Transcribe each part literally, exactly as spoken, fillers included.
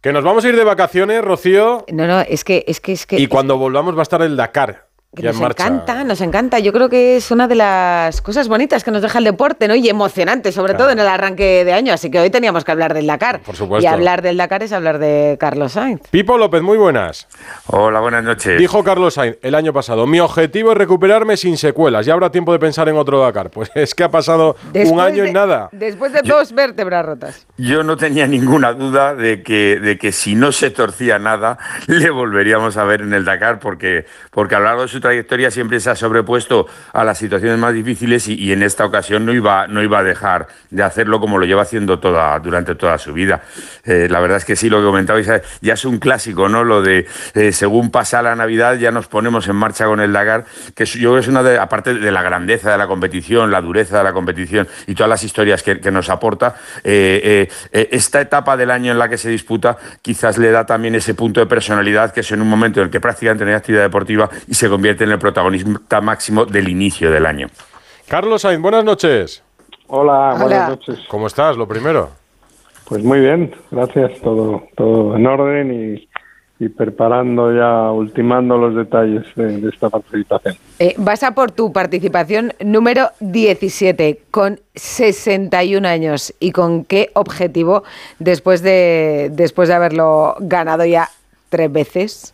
Que nos vamos a ir de vacaciones, Rocío. No, no, es que... Es que, es que y cuando volvamos va a estar el Dakar. Que ya nos en marcha. encanta, nos encanta. Yo creo que es una de las cosas bonitas que nos deja el deporte, ¿no? Y emocionante, sobre claro. todo en el arranque de año. Así que hoy teníamos que hablar del Dakar. Por supuesto. Y hablar del Dakar es hablar de Carlos Sainz. Pipo López, muy buenas. Hola, buenas noches. Dijo Carlos Sainz el año pasado: mi objetivo es recuperarme sin secuelas. Ya habrá tiempo de pensar en otro Dakar. Pues es que ha pasado después un año de, y nada. Después de yo, dos vértebras rotas. Yo no tenía ninguna duda de que, de que si no se torcía nada, le volveríamos a ver en el Dakar, porque, porque a lo largo de su trayectoria siempre se ha sobrepuesto a las situaciones más difíciles y, y en esta ocasión no iba, no iba a dejar de hacerlo como lo lleva haciendo toda, durante toda su vida. Eh, la verdad es que sí, lo que comentabais ya es un clásico, ¿no? Lo de eh, según pasa la Navidad ya nos ponemos en marcha con el Dakar, que yo creo que es una de, aparte de la grandeza de la competición, la dureza de la competición y todas las historias que, que nos aporta, eh, eh, esta etapa del año en la que se disputa quizás le da también ese punto de personalidad, que es en un momento en el que prácticamente no hay actividad deportiva y se convierte en el protagonismo máximo del inicio del año. Carlos Sainz, buenas noches. Hola, Hola, buenas noches. ¿Cómo estás, lo primero? Pues muy bien, gracias, todo, todo en orden y, y preparando ya, ultimando los detalles de, de esta participación. Eh, vas a por tu participación número diecisiete, con sesenta y un años. ¿Y con qué objetivo después de, después de haberlo ganado ya tres veces?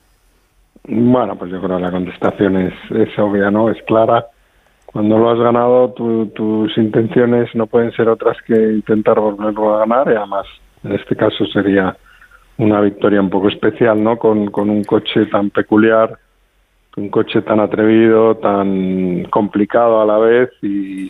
Bueno, pues yo creo que la contestación es, es obvia, ¿no? Es clara. Cuando lo has ganado, tu, tus intenciones no pueden ser otras que intentar volverlo a ganar, y además, en este caso sería una victoria un poco especial, ¿no? Con, con un coche tan peculiar, un coche tan atrevido, tan complicado a la vez y,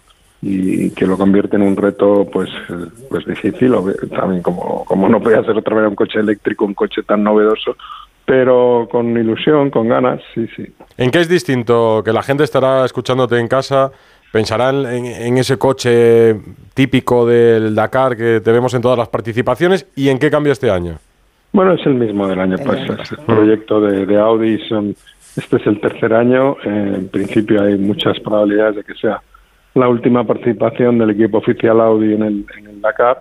y que lo convierte en un reto, pues, pues difícil. También como, como no podía ser otra vez un coche eléctrico, un coche tan novedoso, pero con ilusión, con ganas, sí, sí. ¿En qué es distinto? Que la gente estará escuchándote en casa, pensará en, en ese coche típico del Dakar que te vemos en todas las participaciones, ¿y en qué cambia este año? Bueno, es el mismo del año pasado. El proyecto de, de Audi, son, este es el tercer año. Eh, en principio hay muchas probabilidades de que sea la última participación del equipo oficial Audi en el, en el Dakar.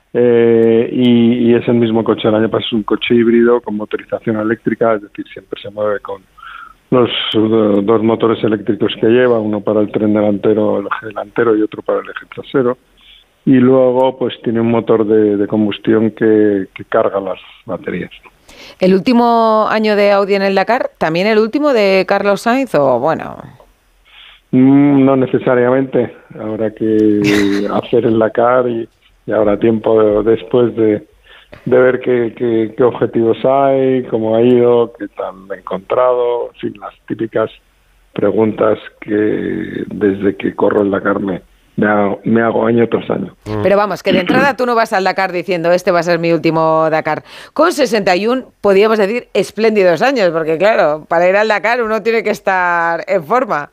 Eh, y, y es el mismo coche del año pasado, es un coche híbrido con motorización eléctrica, es decir, siempre se mueve con los uh, dos motores eléctricos que lleva, uno para el tren delantero, el eje delantero y otro para el eje trasero, y luego pues tiene un motor de, de combustión que, que carga las baterías. ¿El último año de Audi en el Dakar? ¿También el último de Carlos Sainz o bueno...? Mm, no necesariamente, habrá que hacer el Dakar y y habrá tiempo de, después de, de ver qué, qué, qué objetivos hay, cómo ha ido, qué tal ha encontrado, en fin, las típicas preguntas que desde que corro el Dakar me, me, hago, me hago año tras año. Pero vamos, que de entrada tú no vas al Dakar diciendo este va a ser mi último Dakar. Con sesenta y uno podríamos decir espléndidos años, porque claro, para ir al Dakar uno tiene que estar en forma.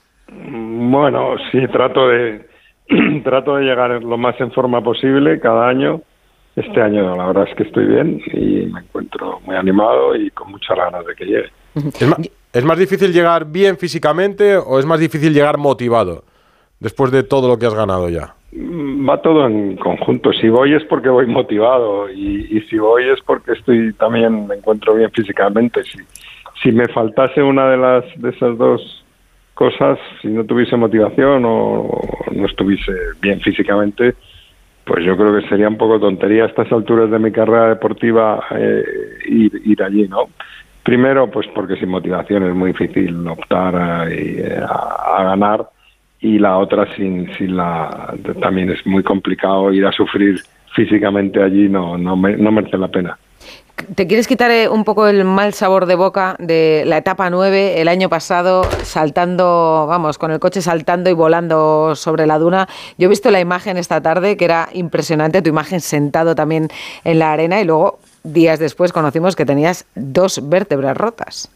Bueno, sí, trato de... Trato de llegar lo más en forma posible cada año. Este año la verdad es que estoy bien y me encuentro muy animado y con muchas ganas de que llegue. ¿Es más, ¿Es más difícil llegar bien físicamente o es más difícil llegar motivado después de todo lo que has ganado ya? Va todo en conjunto. Si voy es porque voy motivado y, y si voy es porque estoy también me encuentro bien físicamente. Si, si me faltase una de las de esas dos cosas, si no tuviese motivación o no estuviese bien físicamente, pues yo creo que sería un poco tontería a estas alturas de mi carrera deportiva eh, ir, ir allí, ¿no? Primero, pues porque sin motivación es muy difícil optar a, a, a ganar, y la otra, sin, sin la también es muy complicado ir a sufrir físicamente allí, no, no, me, no merece la pena. ¿Te quieres quitar un poco el mal sabor de boca de la etapa nueve el año pasado, saltando, vamos, con el coche saltando y volando sobre la duna? Yo he visto la imagen esta tarde, que era impresionante, tu imagen sentado también en la arena, y luego, días después, conocimos que tenías dos vértebras rotas.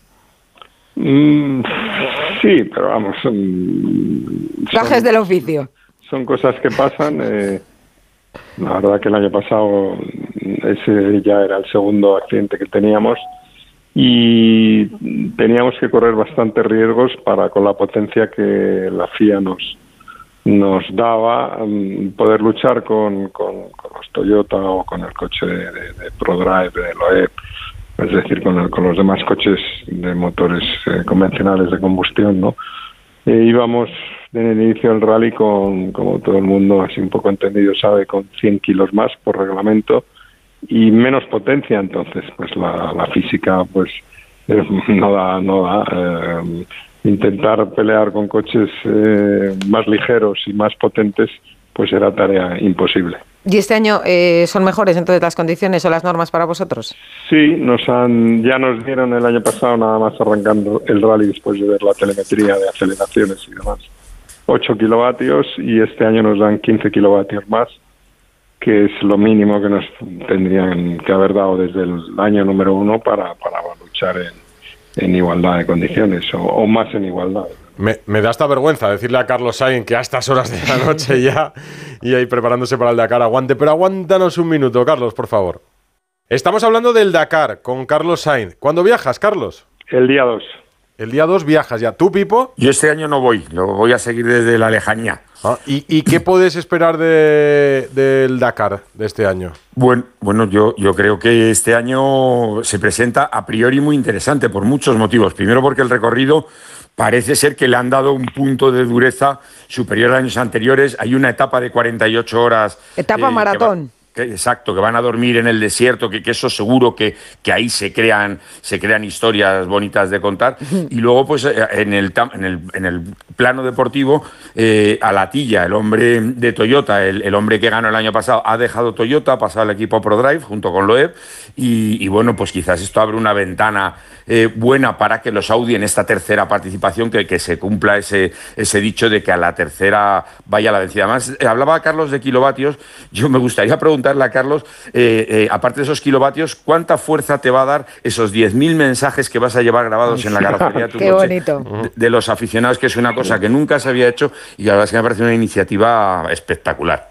Mm, sí, pero vamos, son... Gajes del oficio. Son cosas que pasan. Eh, la verdad que el año pasado ese ya era el segundo accidente que teníamos y teníamos que correr bastantes riesgos para, con la potencia que la F I A nos nos daba um, poder luchar con, con, con los Toyota o con el coche de, de, de ProDrive, de Loeb, es decir, con, el, con los demás coches de motores eh, convencionales de combustión, ¿no? E íbamos en el inicio del rally con, como todo el mundo así un poco entendido sabe, con cien kilos más por reglamento y menos potencia, entonces pues la, la física pues eh, no da, no da eh, intentar pelear con coches eh, más ligeros y más potentes pues era tarea imposible. ¿Y este año eh, son mejores entonces las condiciones o las normas para vosotros? Sí, nos han, ya nos dieron el año pasado, nada más arrancando el rally después de ver la telemetría de aceleraciones y demás, ocho kilovatios, y este año nos dan quince kilovatios más, que es lo mínimo que nos tendrían que haber dado desde el año número uno para, para luchar en, en igualdad de condiciones o, o más en igualdad. Me, me da esta vergüenza decirle a Carlos Sainz que a estas horas de la noche ya y ahí preparándose para el Dakar aguante, pero aguántanos un minuto, Carlos, por favor. Estamos hablando del Dakar con Carlos Sainz. ¿Cuándo viajas, Carlos? El día dos. El día dos viajas ya. ¿Tú, Pipo? Yo este año no voy, lo voy a seguir desde la lejanía. Ah, ¿y, ¿Y qué puedes esperar de, del Dakar de este año? Bueno, bueno yo, yo creo que este año se presenta a priori muy interesante por muchos motivos. Primero porque el recorrido parece ser que le han dado un punto de dureza superior a años anteriores. Hay una etapa de cuarenta y ocho horas. Etapa eh, maratón. Que, exacto, que van a dormir en el desierto, que, que eso seguro que, que ahí se crean, se crean historias bonitas de contar. Y luego, pues, en el, en el, en el plano deportivo, eh, Alatilla, el hombre de Toyota, el, el hombre que ganó el año pasado, ha dejado Toyota, ha pasado al equipo ProDrive junto con Loeb. Y, y bueno, pues quizás esto abre una ventana eh, buena para que los Audi en esta tercera participación, que, que se cumpla ese, ese dicho de que a la tercera vaya la vencida. Además, eh, hablaba Carlos de kilovatios. Yo me gustaría preguntar a Carlos, eh, eh, aparte de esos kilovatios, ¿cuánta fuerza te va a dar esos diez mil mensajes que vas a llevar grabados en la carrocería de tu Qué coche bonito. de, de los aficionados, que es una cosa que nunca se había hecho y la verdad es que me parece una iniciativa espectacular?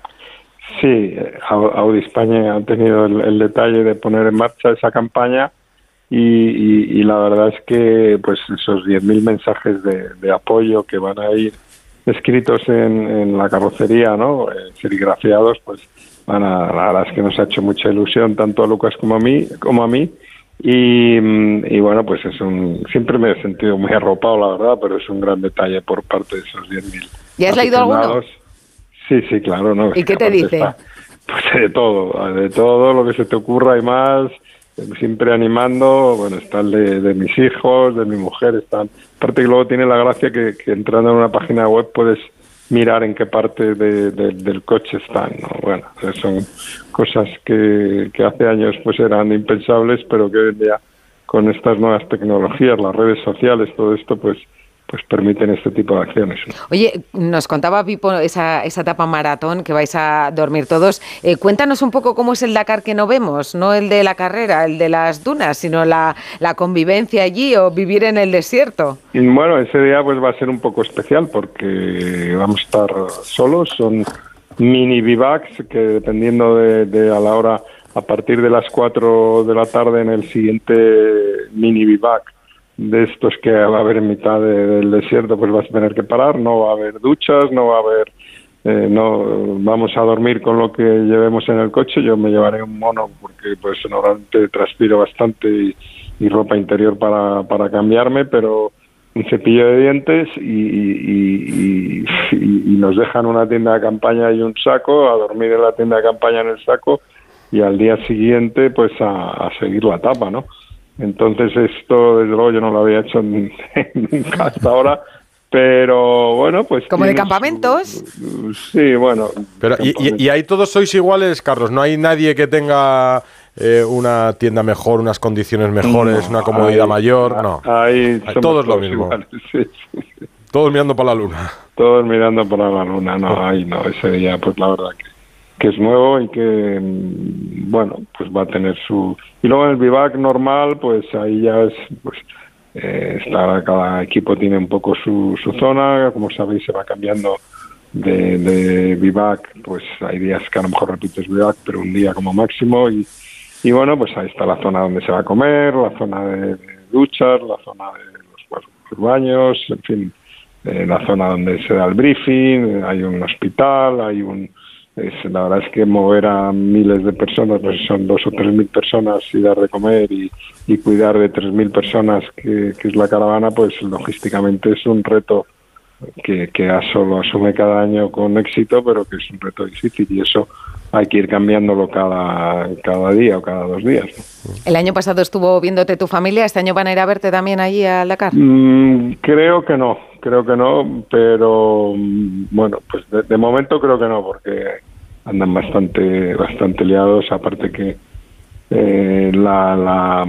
Sí, Audi España ha tenido el, el detalle de poner en marcha esa campaña y, y, y la verdad es que pues esos diez mil mensajes de, de apoyo que van a ir escritos en, en la carrocería, ¿no? Eh, serigrafiados, pues van a, la verdad es que nos ha hecho mucha ilusión tanto a Lucas como a mí, como a mí y, y bueno, pues es un, siempre me he sentido muy arropado, la verdad, pero es un gran detalle por parte de esos diez mil. ¿Y has leído alguno? Sí, sí, claro, ¿no? ¿Y qué te dice? Está, pues de todo, de todo lo que se te ocurra y más, siempre animando. Bueno, está el de, de mis hijos, de mi mujer, están. Aparte que luego tiene la gracia que, que entrando en una página web puedes mirar en qué parte de, de, del coche están, ¿no? Bueno, son cosas que, que hace años pues eran impensables, pero que hoy en día con estas nuevas tecnologías, las redes sociales, todo esto, pues pues permiten este tipo de acciones. Oye, nos contaba Pipo esa, esa etapa maratón que vais a dormir todos. Eh, cuéntanos un poco cómo es el Dakar que no vemos, no el de la carrera, el de las dunas, sino la, la convivencia allí o vivir en el desierto. Y bueno, ese día pues va a ser un poco especial porque vamos a estar solos, son mini bivacs que dependiendo de, de a la hora, a partir de las cuatro de la tarde en el siguiente mini bivac de estos que va a haber en mitad de, del desierto, pues vas a tener que parar, no va a haber duchas, no va a haber, eh, no vamos a dormir con lo que llevemos en el coche. Yo me llevaré un mono porque pues normalmente transpiro bastante y, y ropa interior para, para cambiarme, pero un cepillo de dientes y, y, y, y, y nos dejan una tienda de campaña y un saco, a dormir en la tienda de campaña en el saco y al día siguiente pues a, a seguir la etapa, ¿no? Entonces esto, desde luego, yo no lo había hecho nunca hasta ahora, pero bueno, pues... ¿Como de campamentos? Su, sí, bueno. Pero y, y, y ahí todos sois iguales, Carlos, ¿no hay nadie que tenga eh, una tienda mejor, unas condiciones mejores, no, una comodidad ahí, mayor? No, ahí todos, todos lo mismo. Iguales, sí, sí, sí. Todos mirando para la luna. Todos mirando para la luna, no, ahí no, ese día, pues la verdad que... que es nuevo y que, bueno, pues va a tener su... Y luego en el bivac normal, pues ahí ya es, pues, eh, está, cada equipo tiene un poco su, su zona, como sabéis se va cambiando de, de bivac, pues hay días que a lo mejor repites bivac, pero un día como máximo, y, y bueno, pues ahí está la zona donde se va a comer, la zona de, de duchas, la zona de los, bueno, los baños, en fin... en la zona donde se da el briefing, hay un hospital, hay un... Es, la verdad es que mover a miles de personas, pues son dos o tres mil personas y dar de comer y, y cuidar de tres mil personas, que, que es la caravana, pues logísticamente es un reto que, que ASO lo asume cada año con éxito, pero que es un reto difícil y eso hay que ir cambiándolo cada, cada día o cada dos días, ¿no? El año pasado estuvo viéndote tu familia, ¿este año van a ir a verte también allí al Dakar? Mm, creo que no, creo que no, pero bueno, pues de, de momento creo que no, porque andan bastante bastante liados, aparte que eh, la, la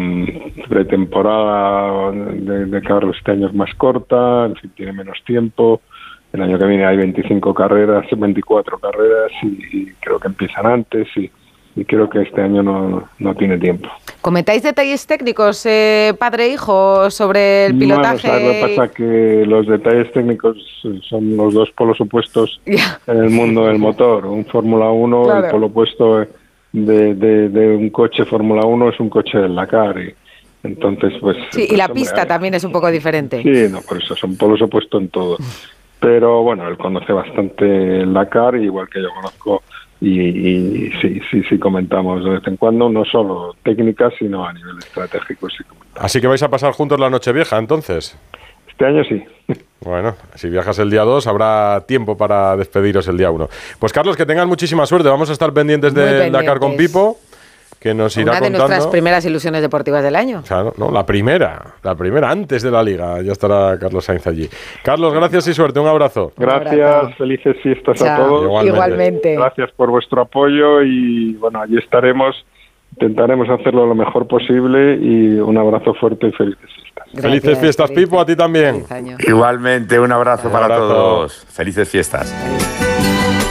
pretemporada de, de Carlos este año es más corta, en fin, tiene menos tiempo. El año que viene hay veinticinco carreras, veinticuatro carreras y, y creo que empiezan antes y, y creo que este año no, no tiene tiempo. ¿Comentáis detalles técnicos, eh, padre e hijo, sobre el pilotaje? Bueno, o sea, lo que pasa es que los detalles técnicos son los dos polos opuestos yeah. en el mundo del motor. Un Fórmula uno, claro. El polo opuesto de, de, de un coche Fórmula uno es un coche del Dakar y entonces pues... Sí, pues, y la hombre, pista hay, también es un poco diferente. Sí, no, por eso son polos opuestos en todo. Pero bueno, él conoce bastante el Dakar, igual que yo conozco, y, y sí, sí, sí comentamos de vez en cuando, no solo técnicas, sino a nivel estratégico. Sí comentamos. Así que vais a pasar juntos la Nochevieja, entonces. Este año sí. Bueno, si viajas el día dos, habrá tiempo para despediros el día uno. Pues Carlos, que tengan muchísima suerte. Vamos a estar pendientes del Dakar con Pipo, que nos irá Una de contando. Nuestras primeras ilusiones deportivas del año. Claro, no, la primera, la primera antes de la Liga. Ya estará Carlos Sainz allí. Carlos, gracias y suerte. Un abrazo. Gracias, un abrazo. Felices fiestas Chao. a todos. Igualmente. Igualmente. Gracias por vuestro apoyo y bueno, allí estaremos. Intentaremos hacerlo lo mejor posible y un abrazo fuerte y felices fiestas. Gracias, felices fiestas, feliz, Pipo, a ti también. Igualmente, un abrazo un para abrazo. todos. Felices fiestas. Feliz.